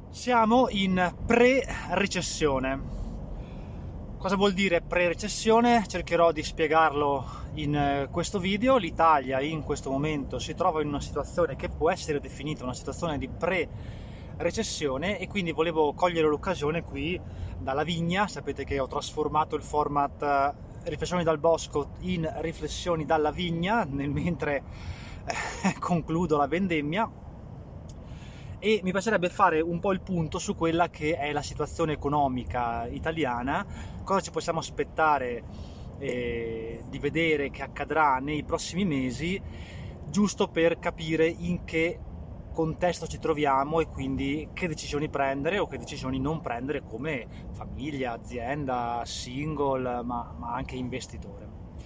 Siamo in pre-recessione. Cosa vuol dire pre-recessione? Cercherò di spiegarlo in questo video. L'Italia in questo momento si trova in una situazione che può essere definita una situazione di pre-recessione e quindi volevo cogliere l'occasione qui dalla vigna. Sapete che ho trasformato il format Riflessioni dal bosco in Riflessioni dalla vigna mentre concludo la vendemmia. E mi piacerebbe fare un po' il punto su quella che è la situazione economica italiana, cosa ci possiamo aspettare di vedere che accadrà nei prossimi mesi, giusto per capire in che contesto ci troviamo e quindi che decisioni prendere o che decisioni non prendere come famiglia, azienda, single, ma anche investitore.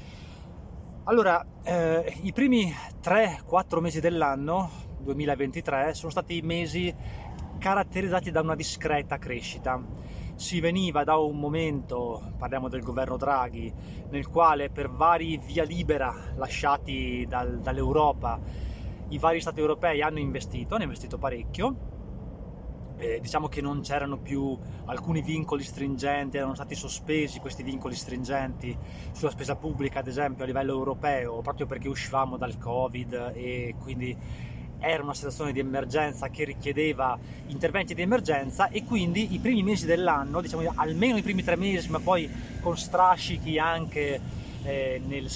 Allora, i primi 3-4 mesi dell'anno 2023 sono stati mesi caratterizzati da una discreta crescita. Si veniva da un momento, parliamo del governo Draghi, nel quale per vari via libera lasciati dall'Europa, i vari stati europei hanno investito parecchio. Diciamo che non c'erano più alcuni vincoli stringenti, erano stati sospesi questi vincoli stringenti sulla spesa pubblica, ad esempio a livello europeo, proprio perché uscivamo dal Covid e quindi era una situazione di emergenza che richiedeva interventi di emergenza, e quindi i primi mesi dell'anno, diciamo almeno i primi 3 mesi, ma poi con strascichi anche nel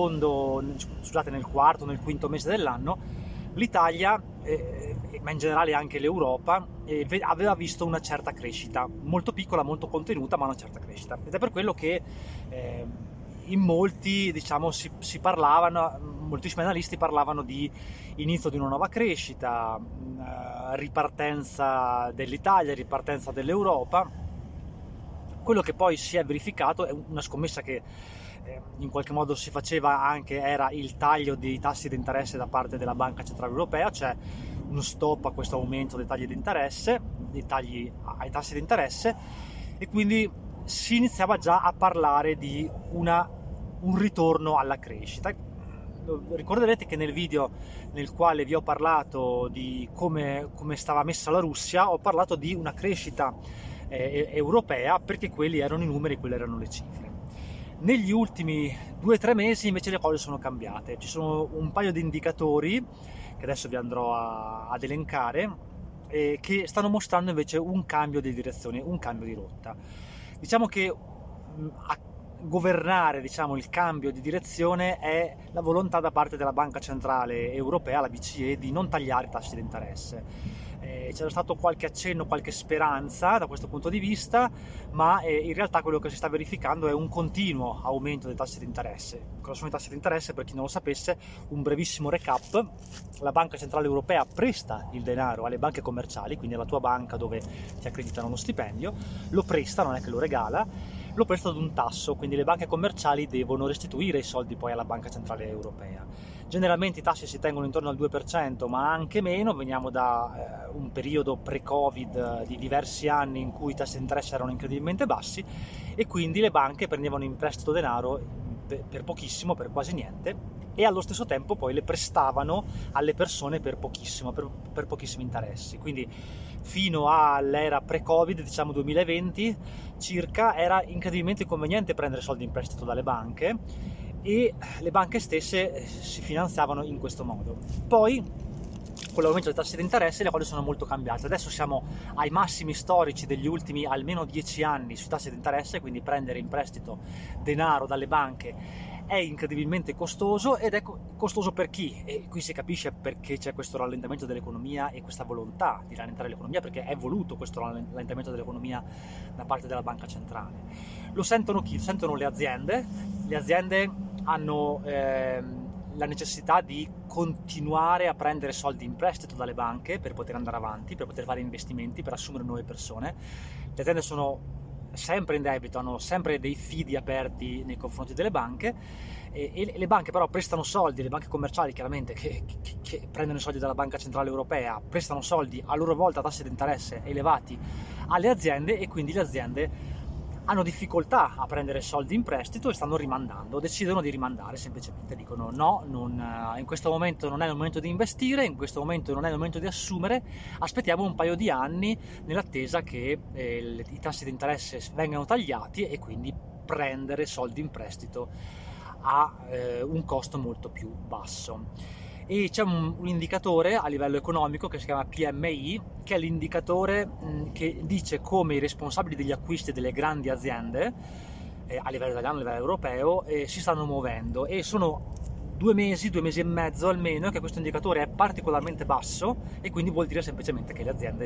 quarto, nel quinto mese dell'anno, l'Italia, ma in generale anche l'Europa, aveva visto una certa crescita, molto piccola, molto contenuta, ma una certa crescita. Ed è per quello che in molti, diciamo, si parlavano, moltissimi analisti parlavano di inizio di una nuova crescita, ripartenza dell'Italia, ripartenza dell'Europa. Quello che poi si è verificato è una scommessa che in qualche modo si faceva anche, era il taglio dei tassi di interesse da parte della Banca Centrale Europea, cioè uno stop a questo aumento dei tagli di interesse, dei tagli ai tassi di interesse, e quindi si iniziava già a parlare di un ritorno alla crescita. Ricorderete che nel video nel quale vi ho parlato di come stava messa la Russia, ho parlato di una crescita europea, perché quelli erano i numeri, quelle erano le cifre. Negli ultimi 2-3 mesi invece le cose sono cambiate, ci sono un paio di indicatori che adesso vi andrò ad elencare, che stanno mostrando invece un cambio di direzione, un cambio di rotta. Diciamo che a governare, diciamo, il cambio di direzione è la volontà da parte della Banca Centrale Europea, la BCE, di non tagliare i tassi di interesse. C'era stato qualche accenno, qualche speranza da questo punto di vista, ma in realtà quello che si sta verificando è un continuo aumento dei tassi di interesse. Cosa sono i tassi di interesse? Per chi non lo sapesse, un brevissimo recap: la Banca Centrale Europea presta il denaro alle banche commerciali, quindi alla tua banca dove ti accreditano uno stipendio, lo presta, non è che lo regala, lo presta ad un tasso, quindi le banche commerciali devono restituire i soldi poi alla Banca Centrale Europea. Generalmente i tassi si tengono intorno al 2%, ma anche meno. Veniamo da un periodo pre-Covid di diversi anni in cui i tassi di interesse erano incredibilmente bassi, e quindi le banche prendevano in prestito denaro per pochissimo, per quasi niente, e allo stesso tempo poi le prestavano alle persone per pochissimo, per pochissimi interessi. Quindi fino all'era pre-Covid, diciamo 2020 circa, era incredibilmente conveniente prendere soldi in prestito dalle banche, e le banche stesse si finanziavano in questo modo. Poi, con l'aumento dei tassi di interesse, le cose sono molto cambiate. Adesso siamo ai massimi storici degli ultimi almeno 10 anni sui tassi di interesse, quindi prendere in prestito denaro dalle banche è incredibilmente costoso, ed è costoso per chi? E qui si capisce perché c'è questo rallentamento dell'economia e questa volontà di rallentare l'economia, perché è voluto questo rallentamento dell'economia da parte della banca centrale. Lo sentono chi? Lo sentono le aziende. Le aziende hanno la necessità di continuare a prendere soldi in prestito dalle banche per poter andare avanti, per poter fare investimenti, per assumere nuove persone. Le aziende sono sempre in debito, hanno sempre dei fidi aperti nei confronti delle banche, e le banche però prestano soldi, le banche commerciali chiaramente che prendono i soldi dalla Banca Centrale Europea, prestano soldi a loro volta a tassi di interesse elevati alle aziende, e quindi le aziende hanno difficoltà a prendere soldi in prestito e stanno rimandando, decidono di rimandare, semplicemente dicono no, in questo momento non è il momento di investire, in questo momento non è il momento di assumere, aspettiamo un paio di anni nell'attesa che i tassi di interesse vengano tagliati e quindi prendere soldi in prestito a un costo molto più basso. E c'è un indicatore a livello economico che si chiama PMI, che è l'indicatore che dice come i responsabili degli acquisti delle grandi aziende a livello italiano, a livello europeo, si stanno muovendo, e sono 2 mesi e mezzo almeno che questo indicatore è particolarmente basso, e quindi vuol dire semplicemente che le aziende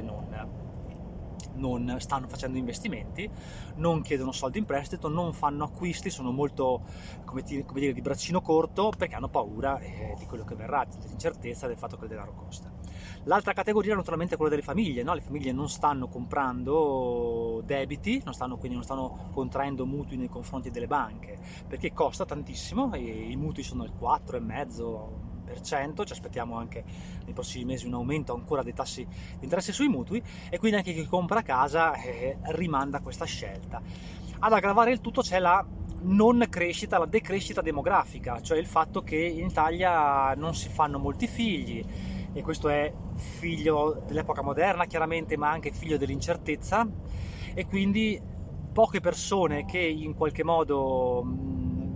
non stanno facendo investimenti, non chiedono soldi in prestito, non fanno acquisti, sono molto, come dire, di braccino corto, perché hanno paura di quello che verrà, dell'incertezza, del fatto che il denaro costa. L'altra categoria naturalmente è quella delle famiglie, no? Le famiglie non stanno comprando debiti, quindi non stanno contraendo mutui nei confronti delle banche, perché costa tantissimo, e i mutui sono il 4,5%, ci aspettiamo anche nei prossimi mesi un aumento ancora dei tassi di interesse sui mutui, e quindi anche chi compra casa rimanda questa scelta. Ad aggravare il tutto c'è la non crescita, la decrescita demografica, cioè il fatto che in Italia non si fanno molti figli, e questo è figlio dell'epoca moderna chiaramente, ma anche figlio dell'incertezza, e quindi poche persone che in qualche modo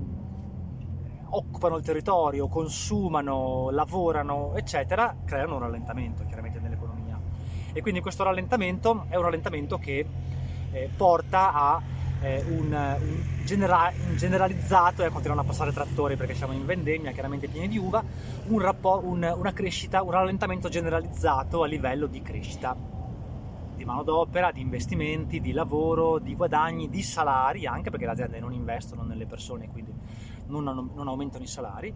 occupano il territorio, consumano, lavorano, eccetera, creano un rallentamento chiaramente nell'economia. E quindi questo rallentamento è un rallentamento che porta a un generalizzato, continuano a passare trattori perché siamo in vendemmia, chiaramente pieni di uva, una crescita, un rallentamento generalizzato a livello di crescita di manodopera, di investimenti, di lavoro, di guadagni, di salari, anche perché le aziende non investono nelle persone, quindi non aumentano i salari.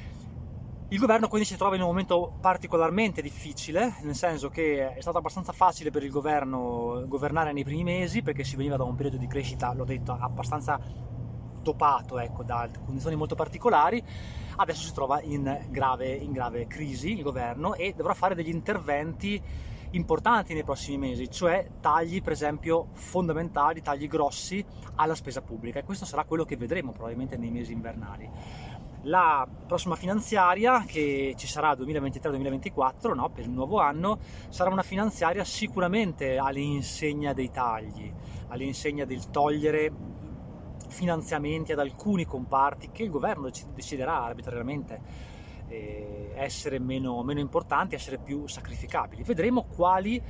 Il governo quindi si trova in un momento particolarmente difficile, nel senso che è stato abbastanza facile per il governo governare nei primi mesi, perché si veniva da un periodo di crescita, l'ho detto, abbastanza dopato, ecco, da condizioni molto particolari. Adesso si trova in grave crisi il governo, e dovrà fare degli interventi importanti nei prossimi mesi, cioè tagli, per esempio, fondamentali, tagli grossi alla spesa pubblica, e questo sarà quello che vedremo probabilmente nei mesi invernali. La prossima finanziaria, che ci sarà 2023-2024, no, per il nuovo anno, sarà una finanziaria sicuramente all'insegna dei tagli, all'insegna del togliere finanziamenti ad alcuni comparti che il governo deciderà arbitrariamente essere meno importanti, essere più sacrificabili. Vedremo in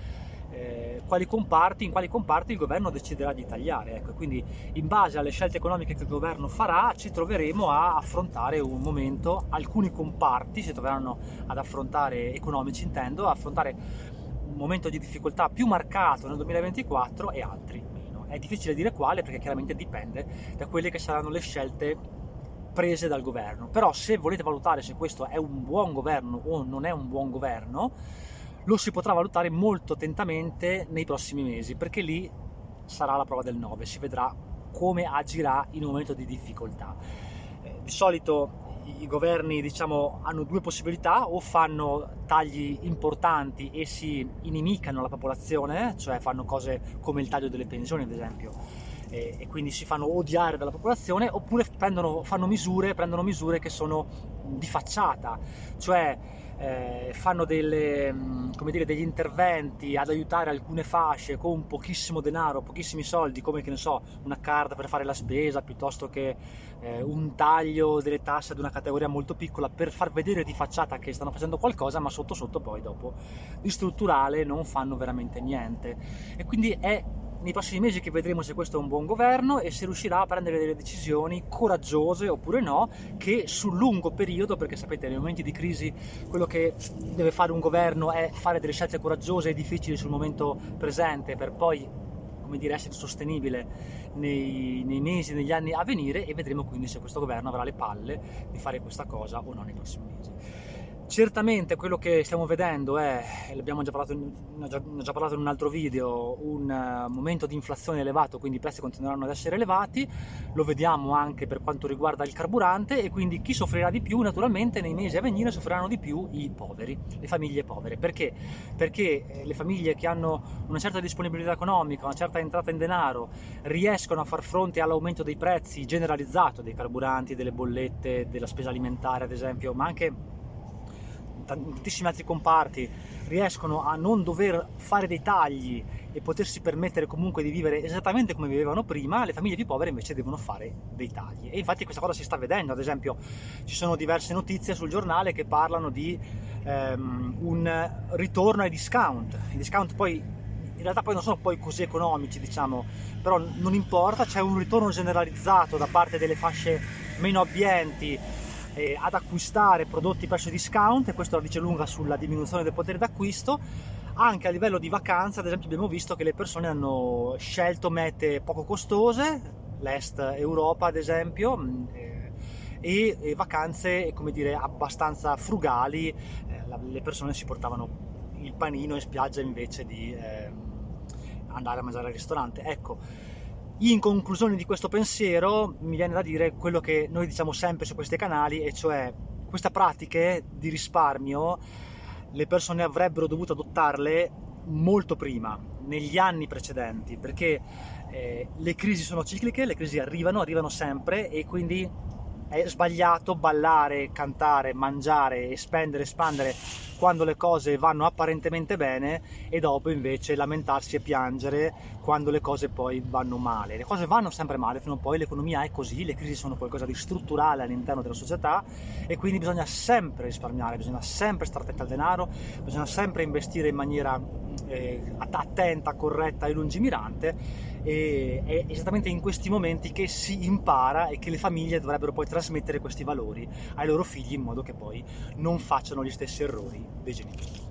quali comparti il governo deciderà di tagliare, ecco. Quindi in base alle scelte economiche che il governo farà ci troveremo a affrontare un momento, alcuni comparti si troveranno ad affrontare, economici intendo, a affrontare un momento di difficoltà più marcato nel 2024 e altri meno. È difficile dire quale, perché chiaramente dipende da quelle che saranno le scelte prese dal governo. Però se volete valutare se questo è un buon governo o non è un buon governo, lo si potrà valutare molto attentamente nei prossimi mesi, perché lì sarà la prova del 9, si vedrà come agirà in un momento di difficoltà. Di solito i governi, diciamo, hanno due possibilità: o fanno tagli importanti e si inimicano la popolazione, cioè fanno cose come il taglio delle pensioni ad esempio, e quindi si fanno odiare dalla popolazione, oppure prendono misure che sono di facciata, cioè fanno degli interventi ad aiutare alcune fasce con pochissimo denaro, pochissimi soldi, come, che ne so, una carta per fare la spesa, piuttosto che un taglio delle tasse ad una categoria molto piccola, per far vedere di facciata che stanno facendo qualcosa, ma sotto sotto poi dopo di strutturale non fanno veramente niente. E quindi è nei prossimi mesi che vedremo se questo è un buon governo e se riuscirà a prendere delle decisioni coraggiose oppure no, che sul lungo periodo, perché sapete, nei momenti di crisi quello che deve fare un governo è fare delle scelte coraggiose e difficili sul momento presente, per poi, come dire, essere sostenibile nei mesi, negli anni a venire, e vedremo quindi se questo governo avrà le palle di fare questa cosa o no nei prossimi mesi. Certamente quello che stiamo vedendo è, l'abbiamo già parlato, ne ho già parlato in un altro video, un momento di inflazione elevato, quindi i prezzi continueranno ad essere elevati, lo vediamo anche per quanto riguarda il carburante, e quindi chi soffrirà di più naturalmente nei mesi a venire soffriranno di più i poveri, le famiglie povere. Perché? Perché le famiglie che hanno una certa disponibilità economica, una certa entrata in denaro, riescono a far fronte all'aumento dei prezzi generalizzato dei carburanti, delle bollette, della spesa alimentare ad esempio, ma anche in tantissimi altri comparti, riescono a non dover fare dei tagli e potersi permettere comunque di vivere esattamente come vivevano prima. Le famiglie più povere invece devono fare dei tagli, e infatti questa cosa si sta vedendo. Ad esempio ci sono diverse notizie sul giornale che parlano di un ritorno ai discount. I discount poi in realtà poi non sono poi così economici, diciamo, però non importa, c'è un ritorno generalizzato da parte delle fasce meno abbienti ad acquistare prodotti prezzo discount, e questo la dice lunga sulla diminuzione del potere d'acquisto. Anche a livello di vacanza, ad esempio, abbiamo visto che le persone hanno scelto mete poco costose, l'Est Europa ad esempio, e vacanze, come dire, abbastanza frugali. Le persone si portavano il panino in spiaggia invece di andare a mangiare al ristorante. Ecco, in conclusione di questo pensiero mi viene da dire quello che noi diciamo sempre su questi canali, e cioè queste pratiche di risparmio le persone avrebbero dovuto adottarle molto prima, negli anni precedenti, perché le crisi sono cicliche, le crisi arrivano sempre, e quindi è sbagliato ballare, cantare, mangiare e spendere, espandere quando le cose vanno apparentemente bene, e dopo invece lamentarsi e piangere quando le cose poi vanno male. Le cose vanno sempre male, fino a poi l'economia è così, le crisi sono qualcosa di strutturale all'interno della società, e quindi bisogna sempre risparmiare, bisogna sempre stare attenti al denaro, bisogna sempre investire in maniera attenta, corretta e lungimirante. E è esattamente in questi momenti che si impara, e che le famiglie dovrebbero poi trasmettere questi valori ai loro figli, in modo che poi non facciano gli stessi errori dei genitori.